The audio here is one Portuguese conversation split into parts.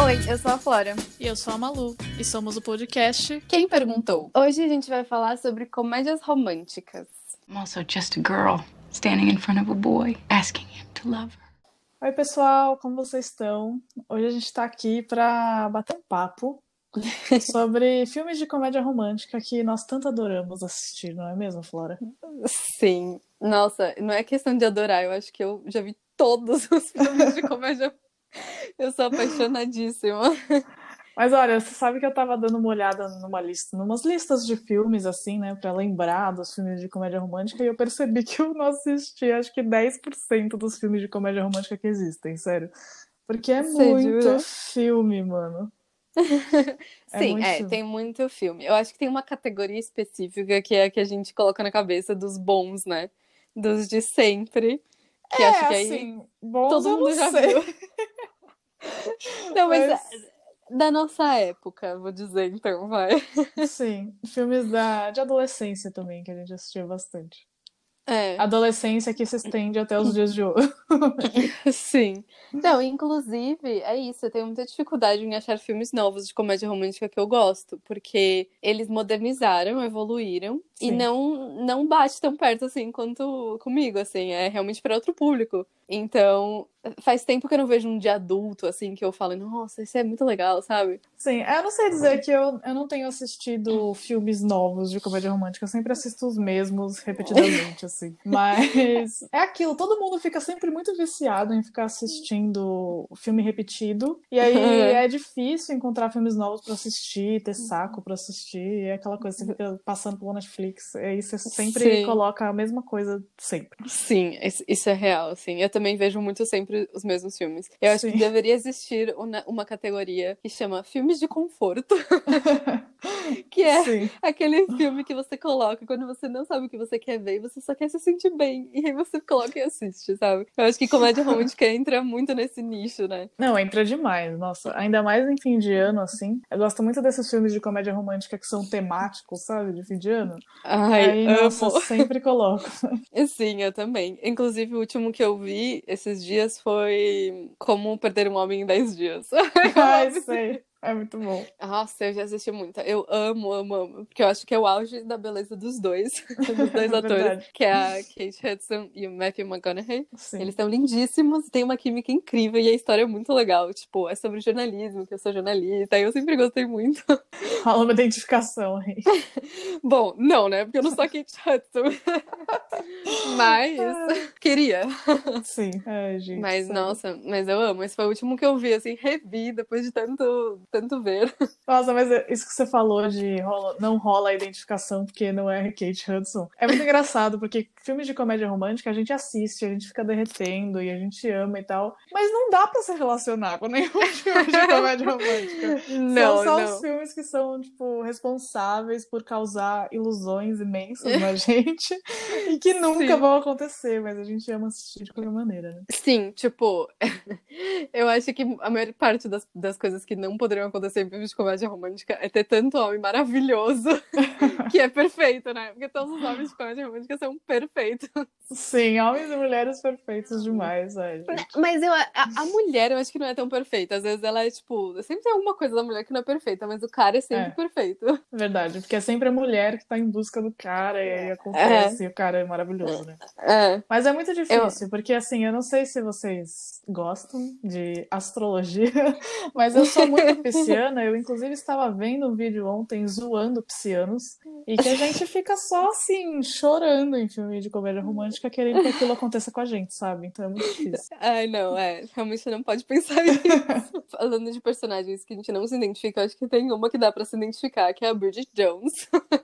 Oi, eu sou a Flora. E eu sou a Malu. E somos o podcast Quem Perguntou? Hoje a gente vai falar sobre comédias românticas. I'm also just a girl standing in front of a boy asking him to love her. Oi, pessoal, como vocês estão? Hoje a gente tá aqui pra bater um papo sobre filmes de comédia romântica que nós tanto adoramos assistir, não é mesmo, Flora? Sim. Nossa, não é questão de adorar, eu acho que eu já vi todos os filmes de comédia. Eu sou apaixonadíssima. Mas olha, você sabe que eu tava dando uma olhada numas listas de filmes, assim, né, pra lembrar dos filmes de comédia romântica, e eu percebi que eu não assisti, acho que 10% dos filmes de comédia romântica que existem, sério. Porque é Você muito jura? filme, mano. Sim, muito filme. tem muito filme. Eu acho que tem uma categoria específica que é a que a gente coloca na cabeça dos bons, né? Dos de sempre. Que acho que aí assim, bons todo eu mundo não já sei. viu. Não, mas Mas, da nossa época, vou dizer, então, vai. sim, filmes de adolescência também, que a gente assistiu bastante. É, Adolescência que se estende até os dias de hoje. sim. Não, inclusive, é isso. Eu tenho muita dificuldade em achar filmes novos de comédia romântica que eu gosto, porque eles modernizaram, evoluíram e Sim. não bate tão perto assim quanto comigo, assim. É realmente para outro público. Então, faz tempo que eu não vejo um de adulto, assim, que eu falo, nossa, isso é muito legal, sabe? Sim, eu não sei dizer que eu não tenho assistido filmes novos de comédia romântica, eu sempre assisto os mesmos repetidamente, assim. Mas é aquilo, todo mundo fica sempre muito viciado em ficar assistindo filme repetido, e aí é difícil encontrar filmes novos pra assistir, ter saco pra assistir, é aquela coisa, você fica passando pelo Netflix, e aí você sempre Sim. coloca a mesma coisa sempre. Sim, isso é real, assim. Eu também vejo muito sempre os mesmos filmes. Eu acho Sim. que deveria existir uma categoria que chama filmes de conforto, que é Sim. aquele filme que você coloca quando você não sabe o que você quer ver e você só quer se sentir bem. E aí você coloca e assiste, sabe? Eu acho que comédia romântica entra muito nesse nicho, né? Não, entra demais, nossa. Ainda mais em fim de ano, assim. Eu gosto muito desses filmes de comédia romântica que são temáticos, sabe? De fim de ano. Ai, Aí, amo. nossa, sempre coloco. Sim, eu também. Inclusive, o último que eu vi esses dias foi Como Perder um Homem em 10 Dias. Ai, sei. É muito bom. Nossa, eu já assisti muito. Eu amo, amo, amo. Porque eu acho que é o auge da beleza dos dois. Dos dois atores. Verdade. Que é a Kate Hudson e o Matthew McConaughey. Sim. Eles são lindíssimos, têm uma química incrível e a história é muito legal. Tipo, é sobre jornalismo, que eu sou jornalista. E eu sempre gostei muito. Rola uma identificação aí. Bom, não, né? Porque eu não sou a Kate Hudson. Mas queria. Sim. Ai, gente. Mas, sério. nossa, mas eu amo. Esse foi o último que eu vi, assim, revi depois de tanto ver. Nossa, mas isso que você falou de não rola a identificação porque não é Kate Hudson. É muito engraçado, porque filmes de comédia romântica a gente assiste, a gente fica derretendo e a gente ama e tal. Mas não dá pra se relacionar com nenhum filme de comédia romântica. Não, São só não. os filmes que são, tipo, responsáveis por causar ilusões imensas na gente e que nunca Sim. vão acontecer, mas a gente ama assistir de qualquer maneira, né? Sim, tipo, eu acho que a maior parte das coisas que não poderiam acontecer em filmes de comédia romântica é ter tanto homem maravilhoso que é perfeito, né? Porque todos os homens de comédia romântica são perfeitos. Sim, homens e mulheres perfeitos demais, gente. Mas a mulher eu acho que não é tão perfeita. Às vezes ela é, tipo, sempre tem alguma coisa da mulher que não é perfeita, mas o cara é sempre perfeito. Verdade, porque é sempre a mulher que tá em busca do cara e aí acontece e o cara é maravilhoso, né? É. Mas é muito difícil, porque assim, eu não sei se vocês gostam de astrologia, mas eu sou muito pisciana, eu inclusive estava vendo um vídeo ontem zoando piscianos e que a gente fica só assim, chorando em filme de comédia romântica, querendo que aquilo aconteça com a gente, sabe? Então é muito difícil. Ai, não, realmente não pode pensar nisso. Falando de personagens que a gente não se identifica, acho que tem uma que dá pra se identificar, que é a Bridget Jones.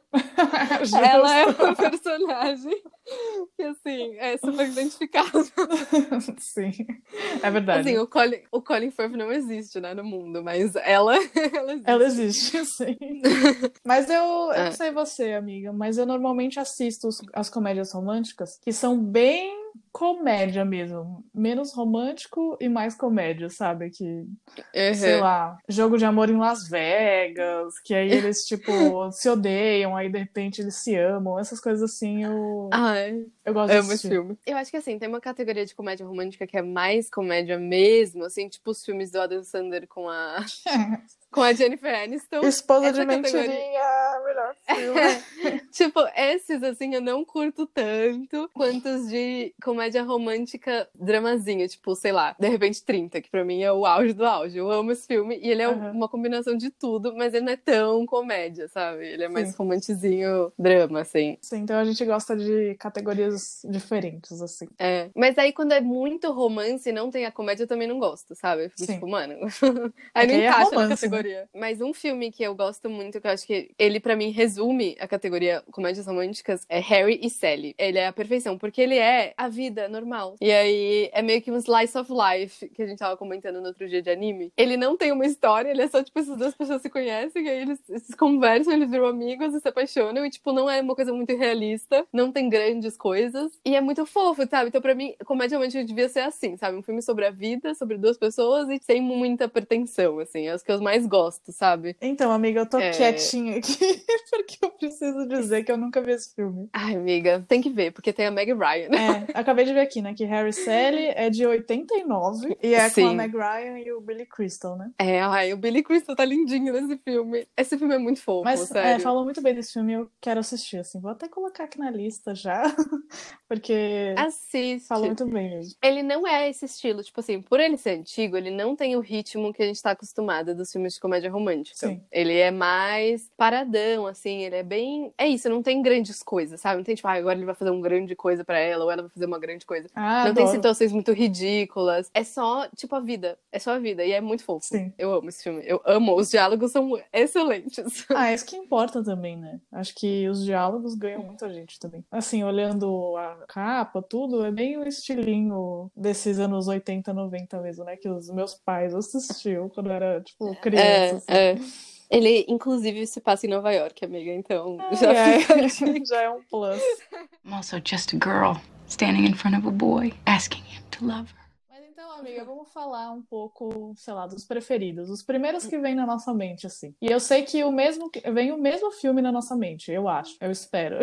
Ela é uma personagem que, assim, é super identificável. Sim, é verdade. Assim, o Colin Firth não existe, né, no mundo, mas ela existe. Ela existe, sim. Mas eu não sei você, amiga, mas eu normalmente assisto as comédias românticas que são bem comédia mesmo. Menos romântico e mais comédia, sabe? Que, sei Uhum. lá, jogo de amor em Las Vegas, que aí eles, tipo, se odeiam, aí de repente eles se amam. Essas coisas assim Ai, eu gosto de amo esse assistir. filme. Eu acho que assim, tem uma categoria de comédia romântica que é mais comédia mesmo, assim, tipo os filmes do Adam Sandler com a Jennifer Aniston. Esposa de Essa categoria. Mentirinha, melhor filme. Tipo, esses, assim, eu não curto tanto quanto os de comédia romântica dramazinha, tipo, sei lá, De Repente 30, que pra mim é o auge do auge. Eu amo esse filme e ele é Aham. uma combinação de tudo, mas ele não é tão comédia, sabe? Ele é mais Sim. romantizinho drama, assim. Sim, então a gente gosta de categorias diferentes, assim. É. Mas aí quando é muito romance e não tem a comédia, eu também não gosto, sabe? Eu fico Sim. tipo, mano. É Aí que não aí é encaixa na romance, né? categoria. Mas um filme que eu gosto muito, que eu acho que ele pra mim resume a categoria comédias românticas, é Harry e Sally. Ele é a perfeição, porque ele é a vida normal. E aí é meio que um slice of life que a gente tava comentando no outro dia de anime. Ele não tem uma história, ele é só tipo essas duas pessoas se conhecem, e aí eles se conversam, eles viram amigos e se apaixonam, e tipo, não é uma coisa muito realista, não tem grandes coisas, e é muito fofo, sabe? Então pra mim, comédia romântica devia ser assim, sabe? Um filme sobre a vida, sobre duas pessoas e sem muita pretensão, assim. É os que eu mais gosto, sabe? Então, amiga, eu tô quietinha aqui porque eu preciso dizer que eu nunca vi esse filme. Ai, amiga, tem que ver, porque tem a Meg Ryan. Acabei de ver aqui, né, que Harry e Sally é de 89 e é com a Sim. Meg Ryan e o Billy Crystal, né? Ai, o Billy Crystal tá lindinho nesse filme. Esse filme é muito fofo, Mas sério. falam muito bem desse filme e eu quero assistir, assim. Vou até colocar aqui na lista já, porque Assiste. falam muito bem mesmo. Ele não é esse estilo, tipo assim, por ele ser antigo, ele não tem o ritmo que a gente tá acostumada dos filmes de comédia romântica. Sim. Ele é mais paradão, assim, ele é bem... É isso, não tem grandes coisas, sabe? Não tem tipo, agora ele vai fazer uma grande coisa pra ela, ou ela vai fazer uma grande coisa. Ah, Não tem adoro. situações muito ridículas. É só, tipo, a vida. É só a vida. E é muito fofo. Sim. Eu amo esse filme. Eu amo. Os diálogos são excelentes. É isso que importa também, né? Acho que os diálogos ganham muito a gente também. Assim, olhando a capa, tudo, é bem o estilinho desses anos 80, 90 mesmo, né? Que os meus pais assistiam quando eu era, tipo, criança, assim. Ele, inclusive, se passa em Nova York, amiga, então Já é um plus. I'm also just a girl standing in front of a boy asking him to love her. Mas então, amiga, vamos falar um pouco, sei lá, dos preferidos. Os primeiros que vêm na nossa mente, assim. E eu sei que vem o mesmo filme na nossa mente, eu acho. Eu espero.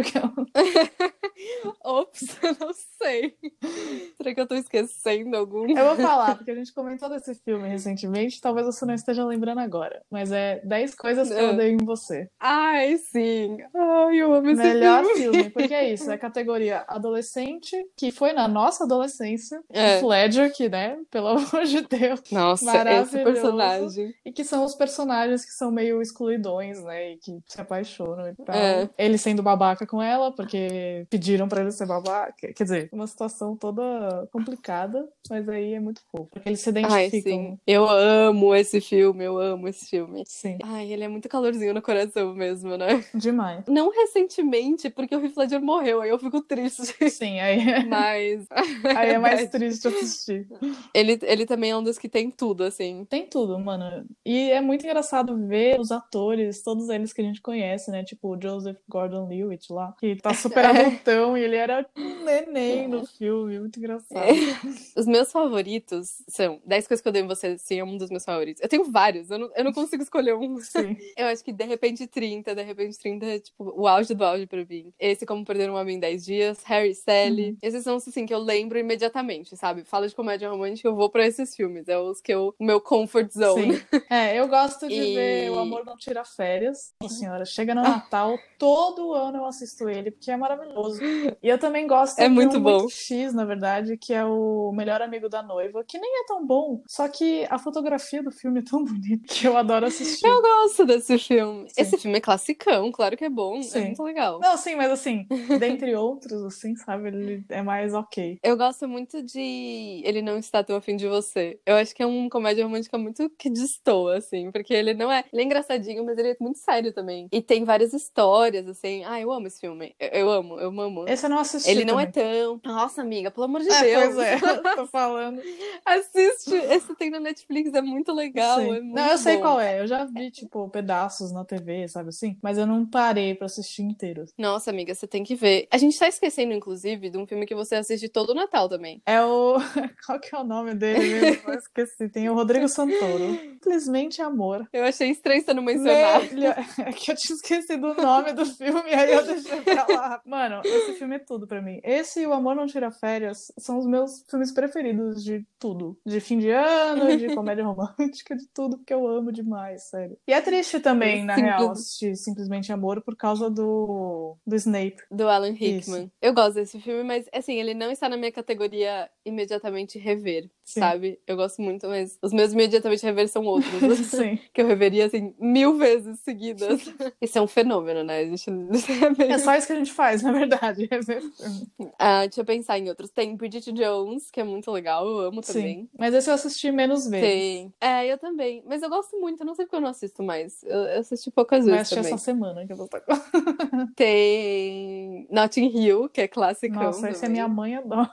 Ops, eu não sei. Será que eu tô esquecendo algum? Eu vou falar, porque a gente comentou desse filme recentemente, talvez você não esteja lembrando agora. Mas é 10 Coisas que Eu Odeio em Você. Ai, sim. Ai, eu amo esse Melhor filme. filme, porque é isso, é a categoria adolescente, que foi na nossa adolescência. É. Heath Ledger, que, né, pelo amor de Deus, Nossa, esse maravilhoso. personagem. E que são os personagens que são meio excluidões, né, e que se apaixonam e tal. É. Ele sendo babaca com ela, porque pediram pra ele ser babaca. Quer dizer, uma situação toda complicada, mas aí é muito fofo. Porque eles se identificam. Ai, sim. Eu amo esse filme, eu amo esse filme. Sim. Ai, ele é muito calorzinho no coração mesmo, né? Demais. Não recentemente, porque o Heath Ledger morreu, aí eu fico triste. Sim, aí Mas... aí é mais triste assistir. Ele também é um dos que tem tudo, assim. Tem tudo, mano. E é muito engraçado ver os atores, todos eles que a gente conhece, né? Tipo o Joseph Gordon-Levitt lá, que tá super adultão e ele era um neném no filme. Muito engraçado. Os meus favoritos são 10 Coisas que Eu Odeio em Você, sim, é um dos meus favoritos. Eu tenho vários, eu não consigo escolher um. Sim. Eu acho que De Repente 30 é tipo o auge do auge pra mim. Esse Como Perder um Homem em 10 Dias, Harry e Sally. Esses são os assim, que eu lembro imediatamente, sabe? Fala de comédia romântica, eu vou pra esses filmes. É os que o meu comfort zone. Sim. Eu gosto de ver O Amor Não Tira Férias. Nossa senhora, chega no Natal, todo ano eu assisto ele, porque é maravilhoso. E eu também gosto de muito bom. Muito X, na verdade, que é o Melhor Amigo da Noiva, que nem é tão bom, só que a fotografia do filme é tão bonita que eu adoro assistir. Eu gosto desse filme. Sim. Esse filme é classicão, claro que é bom. Sim. É muito legal. Não, sim, mas assim, dentre outros, assim, sabe, ele é mais ok. Eu gosto muito de Ele Não Está Tô Afim de Você. Eu acho que é uma comédia romântica muito que destoa, assim, porque ele não é... Ele é engraçadinho, mas ele é muito sério também. E tem várias histórias, assim. Ah, eu amo esse filme. Eu amo. Esse eu não assisti Ele não também. é tão... Nossa, amiga, pelo amor de Pois Deus. é, tô falando. Assiste. Esse tem na Netflix, é muito legal, Sim. é muito Não, eu sei bom. qual é. Eu já vi, tipo, pedaços na TV, sabe assim? Mas eu não parei pra assistir inteiro. Nossa, amiga, você tem que ver. A gente tá esquecendo, inclusive, de um filme que você assiste todo o Natal também. É o... Qual que é o nome dele mesmo? Eu esqueci. Tem o Rodrigo Santoro. Simplesmente Amor. Eu achei estranho você não mencionar. É que eu tinha esquecido o nome do filme, aí eu deixei pra lá. Mano, esse filme é tudo pra mim. Esse e O Amor Não Tira Férias são os meus filmes preferidos de tudo. De fim de ano, de comédia romântica, de tudo, porque eu amo demais, sério. E é triste também, na real, assistir Simplesmente Amor por causa do Snape. Do Alan Rickman. Isso. Eu gosto desse filme, mas, assim, ele não está na minha categoria imediatamente rever, Sim. sabe? Eu gosto muito, mas os meus imediatamente rever são outros. Sim. Que eu reveria, assim, 1000 vezes seguidas. Isso é um fenômeno, né? A gente... É só isso que a gente faz, na verdade, rever filme. Deixa eu pensar em outros. Tem Bridget Jones, que é muito legal, eu amo também. Sim, mas esse eu assisti menos vezes. Tem. Eu também. Mas eu gosto muito, eu não sei porque eu não assisto mais. Eu assisti poucas Vai vezes assistir também. essa semana que eu vou estar. Tem Notting Hill, que é classicão. Nossa, esse é minha mãe adora.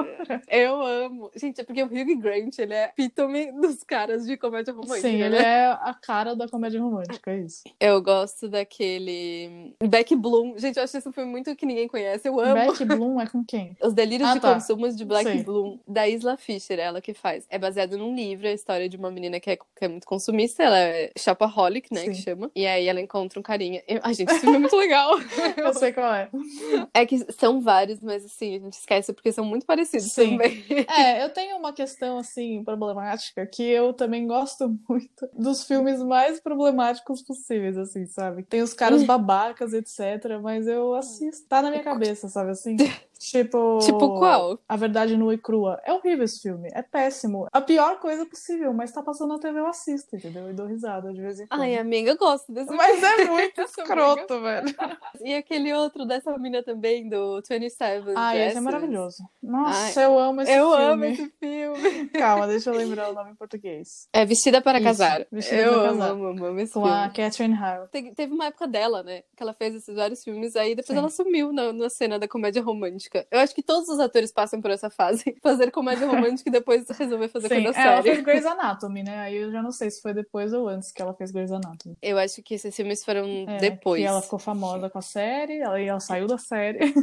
Eu amo. Gente, é porque o Hugh Grant, ele é epítome dos caras de comédia romântica. Sim, ele né? é a cara da comédia romântica, é isso. Eu gosto daquele Beck Bloom. Gente, eu acho esse filme muito que ninguém conhece. Eu amo. Beck Bloom é com quem? Os Delírios de tá. Consumo de Black Sei. Bloom, da Isla Fisher, ela que faz. É baseado num livro, a história de uma menina que é muito consumista, ela é shopaholic, né, Sim. que chama. E aí ela encontra um carinha. Ai, gente, esse filme é muito legal. Eu sei qual é. É que são vários, mas assim, a gente esquece porque são muito parecidos Sim. também. Eu tenho uma questão, assim, problemática, que eu também gosto muito dos filmes mais problemáticos possíveis, assim, sabe? Tem os caras babacas, etc., mas eu assisto. Tá na minha cabeça, sabe assim? Tipo qual? A Verdade Nua e Crua. É horrível esse filme, é péssimo. A pior coisa possível, mas tá passando na TV, eu assisto, entendeu? E dou risada de vez em quando. Ai, amiga, eu gosto desse Mas filme. é muito escroto, velho. E aquele outro dessa menina também, do 27 Esse é Dresses. maravilhoso. Nossa, eu amo esse Eu filme. amo esse filme. Calma, deixa eu lembrar o nome em português. É Vestida para Isso, Casar. Vestida eu para amo, Casar. amo esse Com filme. a Catherine Hale. Teve uma época dela, né? Que ela fez esses vários filmes, aí depois Sim. ela sumiu na cena da comédia romântica. Eu acho que todos os atores passam por essa fase. Fazer comédia romântica e depois resolver fazer Sim, coisa ela séria. fez Grey's Anatomy, né? Aí eu já não sei se foi depois ou antes que ela fez Grey's Anatomy. Eu acho que esses filmes foram depois. Que ela ficou famosa com a série, aí ela saiu da série.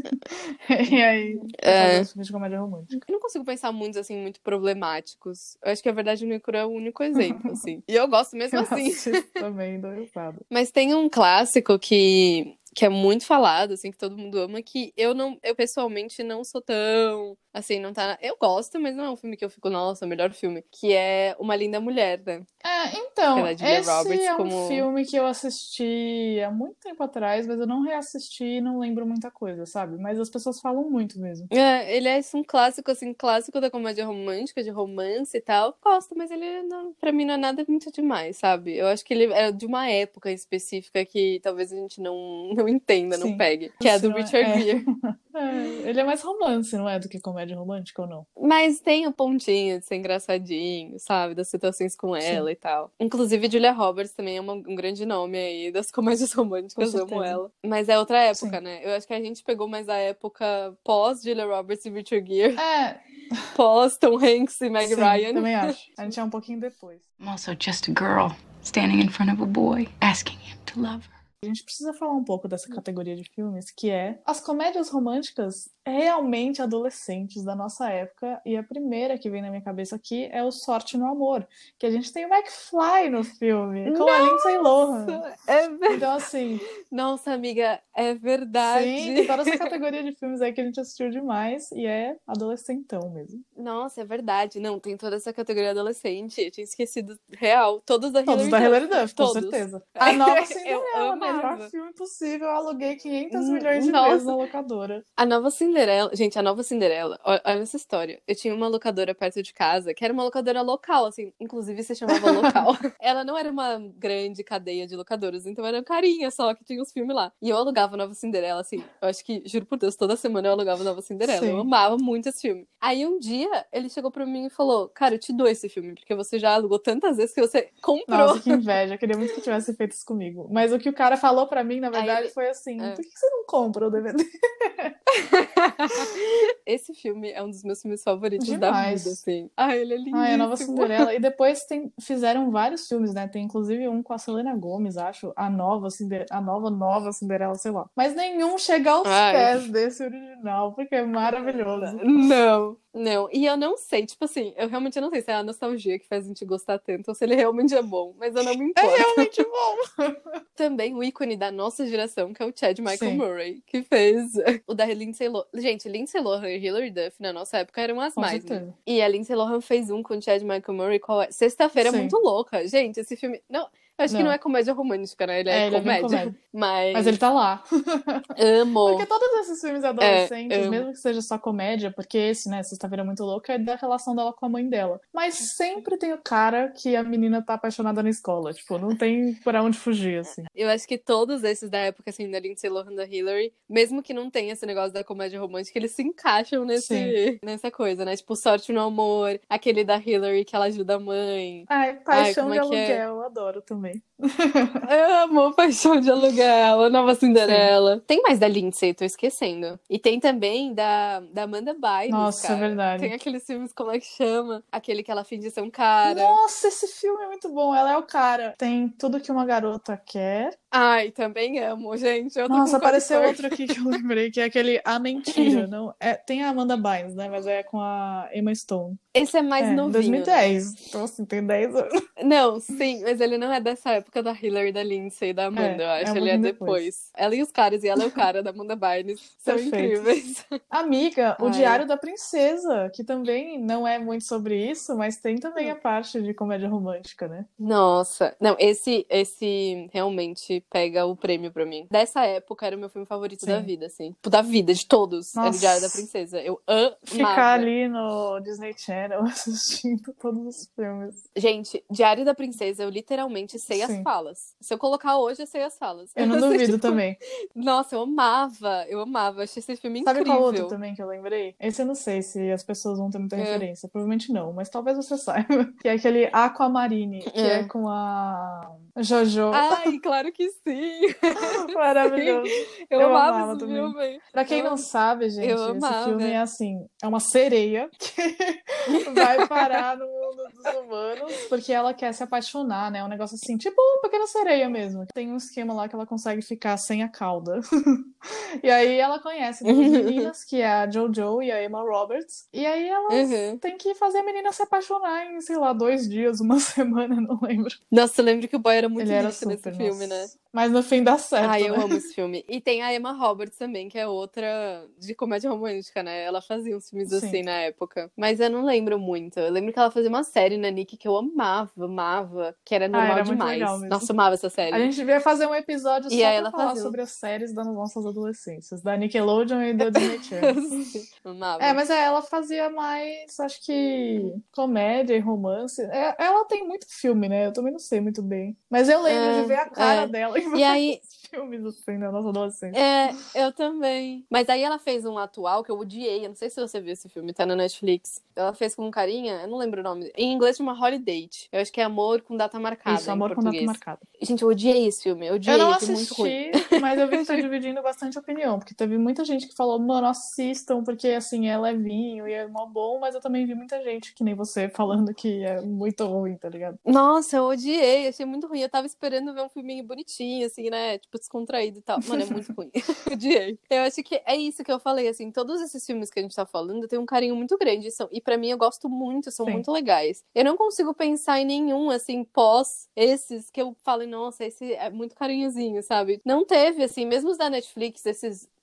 E aí fazer os filmes de comédia romântica. Eu não consigo pensar muitos, assim, muito problemáticos. Eu acho que a verdade no Icuru é o único exemplo, assim. E eu gosto mesmo Eu assim. assisto também, dou risada. Mas tem um clássico que é muito falado, assim, que todo mundo ama, que eu pessoalmente não sou tão, assim, não tá... Eu gosto, mas não é um filme que eu fico, nossa, o melhor filme. Que é Uma Linda Mulher, né? Então, Pela Julia esse Roberts é um como- filme que eu assisti há muito tempo atrás, mas eu não reassisti e não lembro muita coisa, sabe? Mas as pessoas falam muito mesmo. Ele é um clássico, assim, clássico da comédia romântica, de romance e tal. Gosto, mas ele, não, pra mim, não é nada muito demais, sabe? Eu acho que ele é de uma época específica que talvez a gente não entenda, não Sim. pegue. Que é a do Não é- Richard Gere. Ele é mais romance, não é? Do que comédia romântica ou não? Mas tem o pontinho de ser engraçadinho, sabe? Das situações com ela e tal. Inclusive, Julia Roberts também é um grande nome aí das comédias românticas, Com amo certeza. ela. Mas é outra época, Sim. né? Eu acho que a gente pegou mais a época pós Julia Roberts e Richard Gere, É, pós Tom Hanks e Meg sim, Ryan. também acho. A gente é um pouquinho depois. I'm also just a girl standing in front of a boy, asking him to love her. A gente precisa falar um pouco dessa categoria de filmes, que é as comédias românticas realmente adolescentes da nossa época, e a primeira que vem na minha cabeça aqui é o Sorte no Amor, que a gente tem o McFly no filme, com a Lindsay Lohan. Então, assim, Nossa, amiga, é verdade. sim, tem toda essa categoria de filmes aí que a gente assistiu demais, e é adolescentão mesmo. Nossa, é verdade. Não, tem toda essa categoria adolescente. Eu tinha esquecido real. Todos da Todos Hilary da Duff. Hilary Duff, com Todos. certeza. A nova Eu Cinderela, amo melhor filme possível. Eu aluguei 500 milhões de Nossa. vezes na locadora. A Nova Cinderela, gente, a Nova Cinderela, olha essa história. Eu tinha uma locadora perto de casa, que era uma locadora local, assim, inclusive se chamava Local. Ela não era uma grande cadeia de locadoras, então era carinha só, que tinha os filmes lá. E eu alugava Nova Cinderela, assim, eu acho que, juro por Deus, toda semana eu alugava Nova Cinderela. Sim. Eu amava muito esse filme. Aí um dia, ele chegou pra mim e falou, cara, eu te dou esse filme, porque você já alugou tantas vezes que você comprou. Nossa, que inveja. Eu queria muito que tivesse feito isso comigo. Mas o que o cara falou pra mim, na verdade, ele- foi assim: por que você não compra o DVD? Esse filme é um dos meus filmes favoritos Demais. da vida, assim. Ai, ele é lindíssimo. Ai, a Nova Cinderela. E depois fizeram vários filmes, né? Tem inclusive um com a Selena Gomez, acho. A nova Cinderela, sei lá. Mas nenhum chega aos Ai. pés desse original, porque é maravilhoso. Não. E eu não sei, tipo assim, eu realmente não sei se é a nostalgia que faz a gente gostar tanto ou se ele realmente é bom, mas eu não me importo. É realmente bom. Também o ícone da nossa geração, que é o Chad Michael Sim. Murray, que fez o da Lindsay Lohan. Gente, Lindsay Lohan e Hilary Duff na nossa época eram as Com mais, né? certeza. E a Lindsay Lohan fez um com o Chad Michael Murray, qual é? Sexta-feira é Sim. muito louca. Gente, esse filme... Não, eu acho que não é comédia romântica, né? Ele é ele é bem comédia. comédia. Mas Mas ele tá lá. amo. Porque todos esses filmes adolescentes, amo. mesmo que seja só comédia, porque esse, né, Sexta-feira é muito louca, é da relação dela com a mãe dela. Mas sempre tem o cara que a menina tá apaixonada na escola. Tipo, não tem pra onde fugir, assim. Eu acho que todos esses da época, assim, da Lindsay Lohan, da Hilary, mesmo que não tenha esse negócio da comédia romântica, eles se encaixam nessa coisa, né? Tipo, Sorte no Amor, aquele da Hilary que ela ajuda a mãe. Ai, Paixão como de é que é? Aluguel, eu adoro também. Eu amo Paixão de Aluguel, a Nova Cinderela. Tem mais da Lindsay, tô esquecendo. E tem também da Amanda Bynes, Nossa, cara. é verdade. Tem aqueles filmes, como é que chama? Aquele que ela finge ser um cara. Nossa, esse filme é muito bom. Ela é o cara. Tem Tudo que uma Garota Quer. Ai, também amo, gente. Eu tô Nossa, com apareceu cor. outro aqui que eu lembrei, que é aquele A Mentira. Não, tem a Amanda Bynes, né? Mas é com a Emma Stone. Esse é mais novinho. 2010. Né? Então, assim, tem 10 anos. Não, sim, mas ele não é dessa época da Hilary, da Lindsay e da Amanda, eu acho. um Ele é pouquinho depois. Ela e os caras, e ela é o cara da Amanda Bynes. São Perfeito. incríveis. Amiga, o Ai. Diário da Princesa, que também não é muito sobre isso, mas tem também a parte de comédia romântica, né? Nossa. Não, esse realmente pega o prêmio pra mim. Dessa época era o meu filme favorito Sim. da vida, assim. Tipo, da vida, de todos. Era o Nossa. Diário da Princesa. Eu amava. Ficar ali no Disney Channel assistindo todos os filmes. Gente, Diário da Princesa, eu literalmente sei as Sim. falas. Se eu colocar hoje, eu sei as falas. Eu não sei, duvido tipo, também. Nossa, eu amava. Achei esse filme Sabe incrível. qual outro também que eu lembrei? Esse eu não sei se as pessoas vão ter muita referência. Provavelmente não, mas talvez você saiba. Que é aquele Aquamarine, que é com a Jojo. Ai, claro que sim. Maravilhoso. Eu Eu amava amava esse também. filme. Pra quem não sabe, gente, eu esse amava. filme é assim, é uma sereia que vai parar no mundo dos humanos porque ela quer se apaixonar, né? Um negócio assim, tipo uma pequena sereia mesmo. Tem um esquema lá que ela consegue ficar sem a cauda. E aí ela conhece duas meninas, que é a Jojo e a Emma Roberts. E aí elas têm que fazer a menina se apaixonar em, sei lá, 2 dias, uma semana, não lembro. Nossa, eu lembro que o boy era muito Ele era lixo nesse super, filme, nossa. né? Mas no fim dá certo, Ai, eu né? amo esse filme. E tem a Emma Roberts também, que é outra de comédia romântica, né? Ela fazia uns filmes Sim. assim na época. Mas eu não lembro muito. Eu lembro que ela fazia uma série na Nick que eu amava, que era Normal era muito Demais. legal mesmo. Nossa, eu amava essa série. A gente devia fazer um episódio E só aí pra ela falar fazia. sobre as séries das nossas adolescências, da Nickelodeon e da Disney Channel. Amava. Mas ela fazia mais, acho que, comédia e romance. Ela tem muito filme, né? Eu também não sei muito bem. Mas eu lembro de ver a cara dela em vários filmes, assim, da nossa adolescência. Eu também. Mas aí ela fez um atual que eu odiei. Eu não sei se você viu esse filme, tá na Netflix. Ela fez com um carinha, eu não lembro o nome. Em inglês chama Holiday. Eu acho que é Amor com Data Marcada. Isso, Amor em com Data português. Marcada. Gente, eu odiei esse filme. Eu odiei, Eu não achei muito ruim. assisti, mas eu vi que tá dividindo bastante opinião, porque teve muita gente que falou, mano, assistam, porque assim, é levinho e é mó bom, mas eu também vi muita gente, que nem você, falando que é muito ruim, tá ligado? Nossa, eu odiei, achei muito ruim. Eu tava esperando ver um filminho bonitinho, assim, né? Tipo, descontraído e tal. Mano, é muito ruim. Odiei. Eu acho que é isso que eu falei, assim, todos esses filmes que a gente tá falando tem um carinho muito grande. E pra mim, eu gosto muito, são Sim. muito legais. Eu não consigo pensar em nenhum, assim, pós esses que eu falo, nossa, esse é muito carinhozinho, sabe? Não teve, assim, mesmo os da Netflix, esses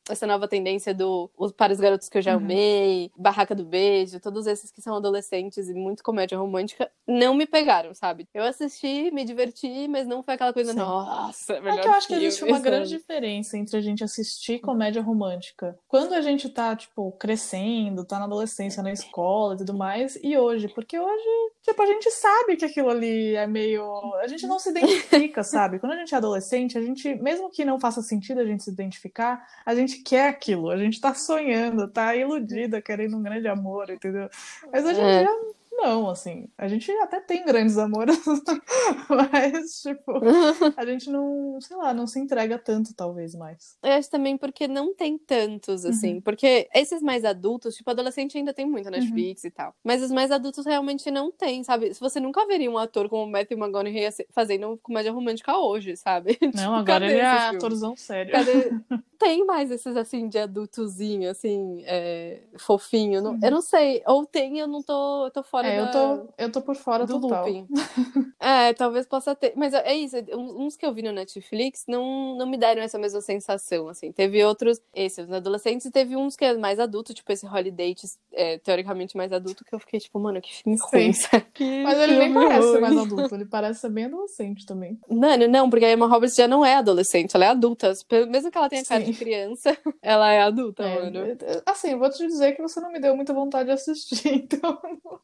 essa nova tendência Para os Garotos que eu já amei, Barraca do Beijo, todos esses que são adolescentes e muito comédia romântica, não me pegaram, sabe? Eu assisti, me diverti, mas não foi aquela coisa, nossa, melhor que eu acho que filme, existe uma sabe? grande diferença entre a gente assistir comédia romântica quando a gente tá, tipo, crescendo, tá na adolescência, na escola e tudo mais, e hoje. Porque hoje, tipo, a gente sabe que aquilo ali é meio... A gente não se identifica, sabe? Quando a gente é adolescente, a gente, mesmo que não faça sentido a gente se identificar, a gente quer aquilo, a gente tá sonhando, tá iludida, querendo um grande amor, entendeu? Mas hoje em dia, não, assim, a gente até tem grandes amores, mas, tipo, a gente não, sei lá, não se entrega tanto, talvez, mais. Eu acho também porque não tem tantos, assim. Porque esses mais adultos, tipo, adolescente ainda tem muito Netflix e tal. Mas os mais adultos realmente não tem, sabe? Se você nunca veria um ator como o Matthew McConaughey fazendo comédia romântica hoje, sabe? Não, tipo, agora ele é esses filmes? atorzão sério. Tem mais esses, assim, de adultozinho, assim, fofinho. Eu não sei. Ou tem, eu não tô fora eu tô por fora do total. looping. Talvez possa ter. Mas é isso, uns que eu vi no Netflix não me deram essa mesma sensação, assim. Teve outros, esses adolescentes, e teve uns que é mais adulto, tipo esse Holiday, teoricamente mais adulto, que eu fiquei tipo, mano, que filme ruim, sabe? Mas ele nem parece ser mais adulto, ele parece ser bem adolescente também. Mano, não, porque a Emma Roberts já não é adolescente, ela é adulta. Mesmo que ela tenha cara de criança, ela é adulta, mano. Assim, vou te dizer que você não me deu muita vontade de assistir, então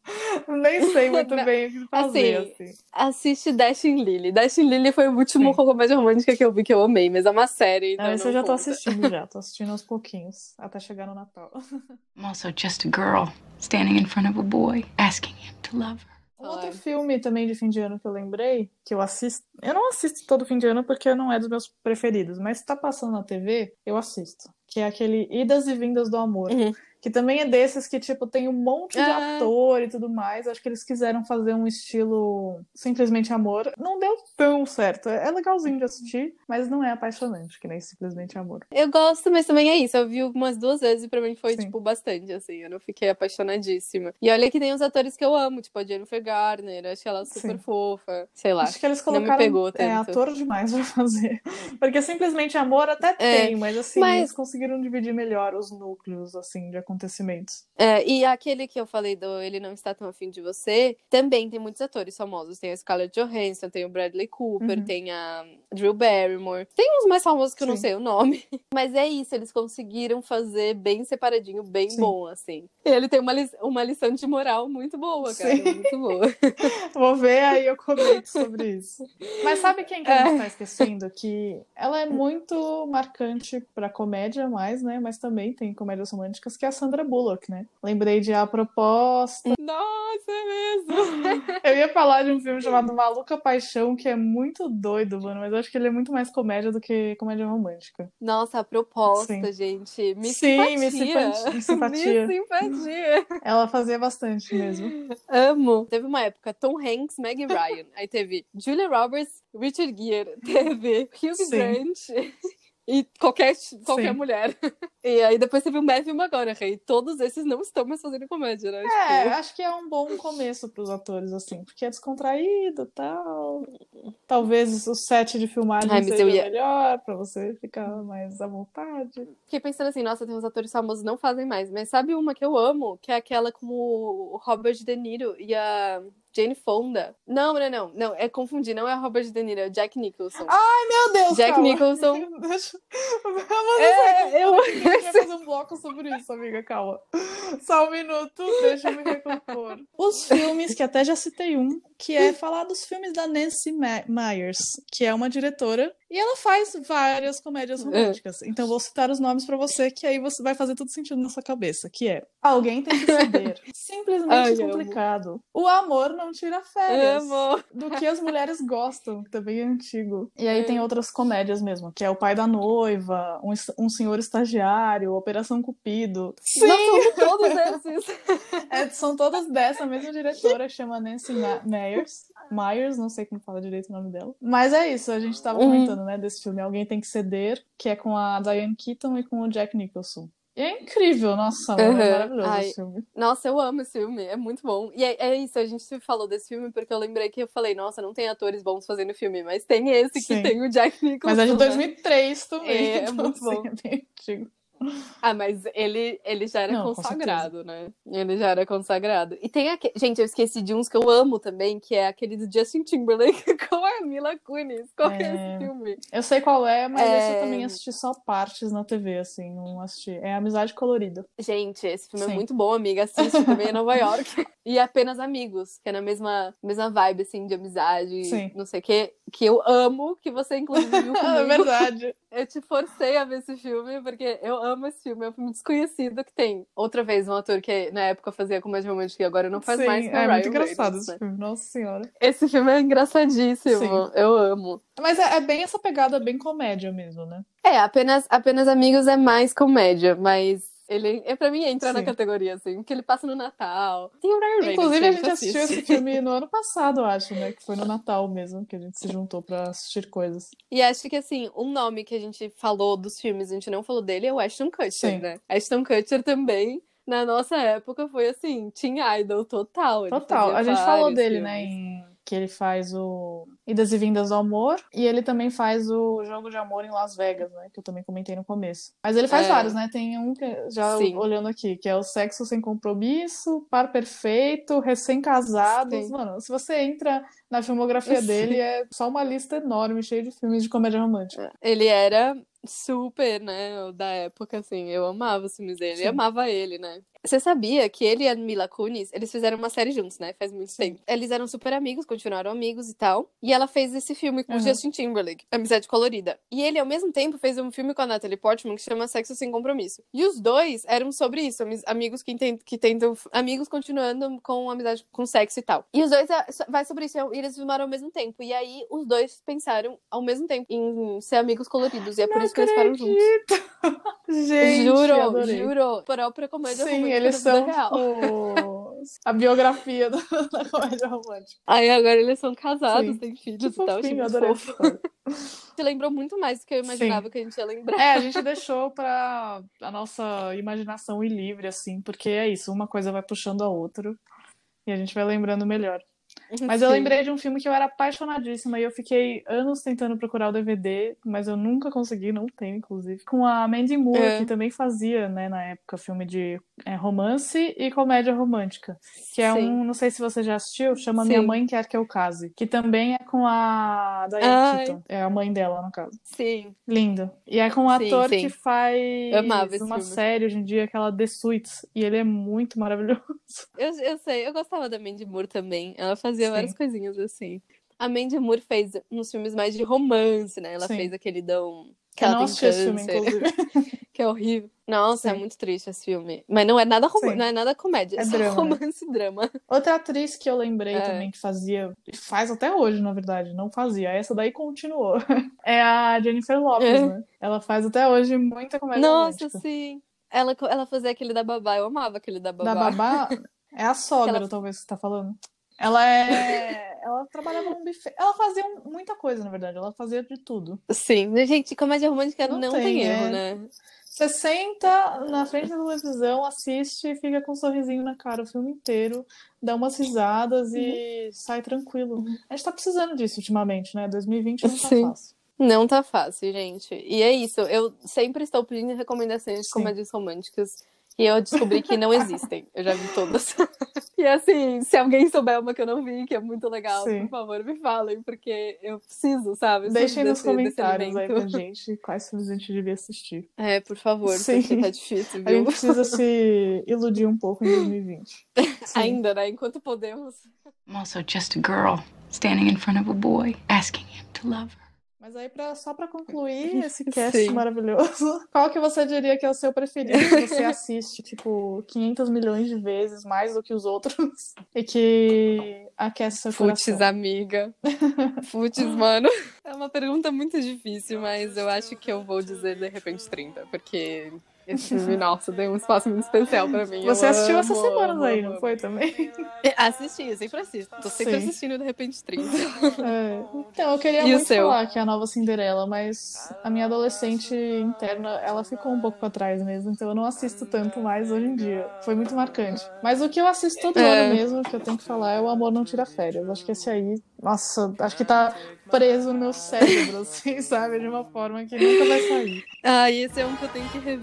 nem sei muito bem o que fazer, assim. Assiste Dashing Lily. Dashing Lily foi o último comédia romântica que eu vi que eu amei, mas é uma série, então isso eu já tô assistindo já, tô assistindo aos pouquinhos, até chegar no Natal. I'm also just a girl standing in front of a boy, asking him to love her. Um outro filme também de fim de ano que eu lembrei, que eu assisto... Eu não assisto todo fim de ano porque não é dos meus preferidos, mas se tá passando na TV, eu assisto. Que é aquele Idas e Vindas do Amor. Que também é desses que, tipo, tem um monte de ator e tudo mais. Acho que eles quiseram fazer um estilo Simplesmente Amor. Não deu tão certo. É legalzinho de assistir, mas não é apaixonante, que nem Simplesmente Amor. Eu gosto, mas também é isso. Eu vi umas 2 vezes e pra mim foi, tipo, bastante, assim. Eu não fiquei apaixonadíssima. E olha que tem uns atores que eu amo, tipo a Jennifer Garner. Acho ela super fofa. Sei lá. Acho que eles colocaram não me pegou tanto. Ator demais pra fazer. Porque Simplesmente Amor até tem, mas assim, eles conseguiram dividir melhor os núcleos, assim, de acontecimentos. E aquele que eu falei do Ele Não Está Tão Afim de Você, também tem muitos atores famosos. Tem a Scarlett Johansson, tem o Bradley Cooper, tem a Drew Barrymore. Tem uns mais famosos que eu não sei o nome. Mas é isso, eles conseguiram fazer bem separadinho, bem bom, assim. E ele tem uma lição de moral muito boa, cara. Muito boa. Vou ver, aí eu comento sobre isso. Mas sabe quem que a gente tá esquecendo? Que ela é muito marcante pra comédia mais, né? Mas também tem comédias românticas, que é a Sandra Bullock, né? Lembrei de A Proposta. Nossa, é mesmo! Eu ia falar de um filme chamado Maluca Paixão, que é muito doido, mano, mas eu acho que ele é muito mais comédia do que comédia romântica. Nossa, A Proposta, gente. Me simpatia. Ela fazia bastante mesmo. Amo. Teve uma época, Tom Hanks, Meg Ryan. Aí teve Julia Roberts, Richard Gere. Teve Hugh Grant... E qualquer mulher. E aí depois teve o Matthew McConaughey. Todos esses não estão mais fazendo comédia, né? Acho que é um bom começo pros atores, assim. Porque é descontraído e tal. Talvez o set de filmagem seja melhor pra você ficar mais à vontade. Fiquei pensando assim, nossa, tem uns atores famosos que não fazem mais. Mas sabe uma que eu amo? Que é aquela com o Robert De Niro e a... Jane Fonda. Não, confundi. Não é Robert De Niro, é o Jack Nicholson. Ai, meu Deus, Jack Nicholson. Eu vai fazer um bloco sobre isso, amiga, calma. Só um minuto, deixa eu me recompor. Os filmes, que até já citei um, que é falar dos filmes da Nancy Meyers, que é uma diretora, e ela faz várias comédias românticas. Então vou citar os nomes pra você, que aí você vai fazer tudo sentido na sua cabeça, que é Alguém Tem que Ceder, Simplesmente Complicado, O Amor Não Tira Férias, Do Que as Mulheres Gostam, que também é antigo. E aí tem outras comédias mesmo, que é O Pai da Noiva, Um Senhor Estagiário, Operação Cupido. Sim! Nós somos todos esses. São todas dessa mesma diretora, chama Nancy Meyers, não sei como fala direito o nome dela. Mas é isso, a gente tava comentando, né, desse filme Alguém Tem que Ceder, que é com a Diane Keaton e com o Jack Nicholson. E é incrível, nossa, é maravilhoso esse filme. Nossa, eu amo esse filme, é muito bom. E é isso, a gente falou desse filme porque eu lembrei que eu falei, nossa, não tem atores bons fazendo filme, mas tem esse que tem o Jack Nicholson. Mas é de 2003 também. É muito bom. É bem antigo. Ah, mas ele já era Não, com consagrado, né? Ele já era consagrado. E tem aquele... Gente, eu esqueci de uns que eu amo também, que é aquele do Justin Timberlake com a Mila Kunis. Qual que é esse filme? Eu sei qual é, mas esse eu também assisti só partes na TV, assim, não assisti. É Amizade Colorida. Gente, esse filme Sim. é muito bom, amiga. Assiste também em Nova York. E Apenas Amigos, que é na mesma vibe, assim, de amizade, Sim. não sei o quê. Que eu amo, que você, inclusive, viu comigo. É verdade. Eu te forcei a ver esse filme, porque eu amo esse filme. É um filme desconhecido que tem, outra vez, um ator que na época fazia comédia romântica e agora não faz Sim, mais, que é o é Ryan muito engraçado Reynolds, esse né? filme, nossa senhora. Esse filme é engraçadíssimo, Sim. eu amo. Mas é bem essa pegada, bem comédia mesmo, né? Apenas Amigos é mais comédia, mas ele, pra mim, entra na Sim. categoria, assim, porque ele passa no Natal. Tem o Ryan Reynolds, Inclusive, a gente assiste. assistiu esse filme no ano passado, eu acho, né? Que foi no Natal mesmo, que a gente se juntou pra assistir coisas. E acho que, assim, um nome que a gente falou dos filmes, a gente não falou dele, é o Ashton Kutcher, Sim. né? Ashton Kutcher também, na nossa época, foi, assim, teen idol total. Ele Total. fazia A gente falou vários dele, filmes. né? Que ele faz o Idas e Vindas do Amor. E ele também faz o Jogo de Amor em Las Vegas, né? Que eu também comentei no começo. Mas ele faz vários, né? Tem um que, já Sim. olhando aqui, que é o Sexo Sem Compromisso, Par Perfeito, Recém-Casados. Sim. Mano, se você entra na filmografia dele, é só uma lista enorme, cheia de filmes de comédia romântica. Ele era super, né, da época, assim, eu amava os filmes dele, Sim. eu amava ele, né. Você sabia que ele e a Mila Kunis, eles fizeram uma série juntos, né, faz muito tempo. Eles eram super amigos, continuaram amigos e tal, e ela fez esse filme com o Justin Timberlake, Amizade Colorida. E ele, ao mesmo tempo, fez um filme com a Natalie Portman que chama Sexo Sem Compromisso. E os dois eram sobre isso, amigos que tentam amigos continuando com amizade, com sexo e tal. E os dois vai sobre isso, e eles filmaram ao mesmo tempo. E aí, os dois pensaram ao mesmo tempo em ser amigos coloridos, e é por isso que eles ficaram juntos. Gente, adorei. Juro. Própria comédia Sim, romântica eles da vida são, real. tipo, a biografia da comédia romântica. Aí agora eles são casados, Sim. têm filhos Que e tal, fofinho, achei adorei muito essa fofo. história. Você lembrou muito mais do que eu imaginava que a gente ia lembrar. A gente deixou pra a nossa imaginação ir livre, assim, porque é isso, uma coisa vai puxando a outra e a gente vai lembrando melhor. Mas eu Sim. lembrei de um filme que eu era apaixonadíssima e eu fiquei anos tentando procurar o DVD, mas eu nunca consegui, não tenho, inclusive. Com a Mandy Moore, que também fazia, né, na época, filme de romance e comédia romântica. Que é não sei se você já assistiu, chama Minha Mãe Quer Que Eu Case. Que também é com a Diane Keaton. É a mãe dela, no caso. Sim. Lindo. E é com um ator que faz uma filme. série hoje em dia, aquela The Suits. E ele é muito maravilhoso. Eu sei, eu gostava da Mandy Moore também. Ela fazia várias coisinhas assim. A Mandy Moore fez uns filmes mais de romance, né? Ela fez aquele que ela não tem assisti esse filme, inclusive. Que é horrível. Nossa, é muito triste esse filme. Mas não é nada não é nada comédia, é só drama, romance e drama. Outra atriz que eu lembrei também que fazia, faz até hoje, na verdade, não fazia, essa daí continuou. É a Jennifer Lopez, né? Ela faz até hoje muita comédia romântica. Nossa, sim. Ela fazia aquele da Babá, eu amava aquele da Babá. Da Babá? É a sogra, talvez, que você tá falando. Ela trabalhava num buffet. Ela fazia muita coisa, na verdade. Ela fazia de tudo. Sim. Gente, comédia romântica não tem erro, né? Você senta na frente da televisão, assiste e fica com um sorrisinho na cara o filme inteiro, dá umas risadas e sai tranquilo. A gente tá precisando disso ultimamente, né? 2020 não tá fácil. Não tá fácil, gente. E é isso. Eu sempre estou pedindo recomendações de comédias românticas. E eu descobri que não existem. Eu já vi todas. E assim, se alguém souber uma que eu não vi, que é muito legal, por favor, me falem, porque eu preciso, sabe? Deixem nos comentários aí pra gente quais filmes a gente devia assistir. Por favor, porque tá difícil, viu? A gente precisa se iludir um pouco em 2020. Ainda, né? Enquanto podemos. I'm also just a girl standing in front of a boy, asking him to love her. Mas aí, só pra concluir esse cast maravilhoso, qual que você diria que é o seu preferido? Que você assiste, tipo, 500 milhões de vezes, mais do que os outros, e que aquece seu coração? Putz, amiga. Putz, mano. É uma pergunta muito difícil, mas eu acho que eu vou dizer De Repente 30, porque esse filme, nossa, tem um espaço muito especial pra mim. Você assistiu essas semanas aí, não foi também? Assisti, eu sempre assisto. Tô sempre assistindo De Repente 30. Então, eu queria muito falar que é a nova Cinderela, mas a minha adolescente interna, ela ficou um pouco pra trás mesmo, então eu não assisto tanto mais hoje em dia. Foi muito marcante. Mas o que eu assisto todo ano mesmo, que eu tenho que falar, é O Amor Não Tira Férias. Acho que esse aí, nossa, acho que tá preso no meu cérebro, assim, sabe? De uma forma que nunca vai sair. Esse é um que eu tenho que rever.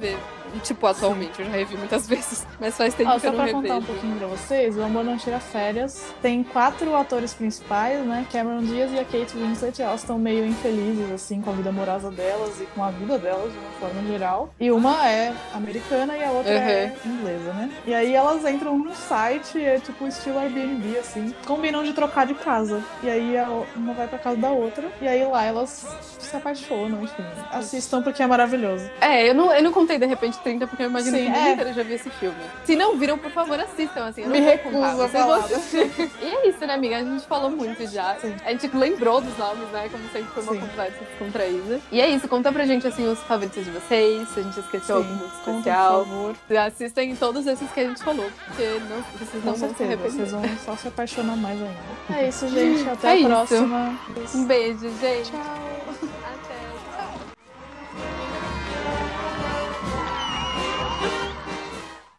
tipo, atualmente. Eu já revi muitas vezes. Mas faz tempo que Só eu não pra revejo. contar um pouquinho pra vocês, O Amor Não Tira Férias tem 4 atores principais, né? Cameron Diaz e a Kate Winslet. Elas estão meio infelizes, assim, com a vida amorosa delas e com a vida delas, de uma forma geral. E uma é americana e a outra é inglesa, né? E aí elas entram num site, é tipo estilo Airbnb, assim. Combinam de trocar de casa. E aí uma vai pra casa da outra. E aí lá elas se apaixonam, enfim. Assistam porque é maravilhoso. Eu não contei de repente 30 porque eu imagino Sim, que o mundo inteiro já viu esse filme. Se não viram, por favor, assistam, assim. Eu Me não vou recuso contar, a vocês vão falar. assistir. E é isso, né, amiga? A gente falou muito já. Sim. A gente lembrou dos nomes, né? Como sempre foi uma Sim. conversa descontraída. E é isso, conta pra gente, assim, os favoritos de vocês, se a gente esqueceu algum muito Conta, especial. por favor. Assistem todos esses que a gente falou, porque vocês não Com vão se certeza, arrepender. vocês vão só se apaixonar mais ainda. É isso, gente. Até É a isso. próxima. Um beijo, gente. Tchau.